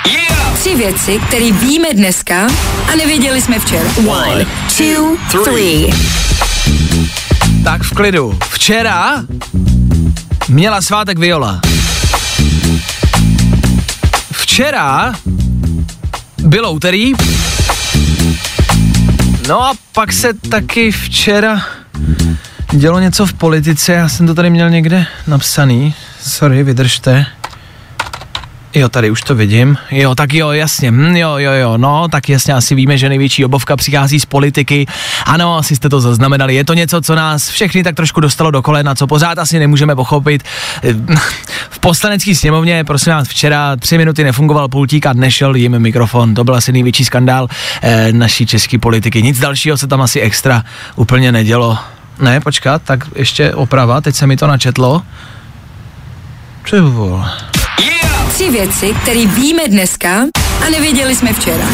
Yeah! 3 věci, které víme dneska a nevěděli jsme včera. 1, 2, 3. Tak v klidu. Včera měla svátek Viola. Včera bylo úterý. No a pak se taky včera dělo něco v politice, já jsem to tady měl někde napsaný. Sorry, vydržte. Jo, tady už to vidím. Jo, tak jo, jasně. Jo, no, tak jasně, asi víme, že největší obovka přichází z politiky. Ano, asi jste to zaznamenali. Je to něco, co nás všechny tak trošku dostalo do kolena, co pořád asi nemůžeme pochopit. V poslanecké sněmovně, prosím vás, včera 3 minuty nefungoval pultík a nešel jim mikrofon. To byl asi největší skandál naší české politiky. Nic dalšího se tam asi extra úplně nedělo. Ne, počkat, tak ještě oprava, teď se mi to načetlo. Převol. 3 věci, které víme dneska a nevěděli jsme včera.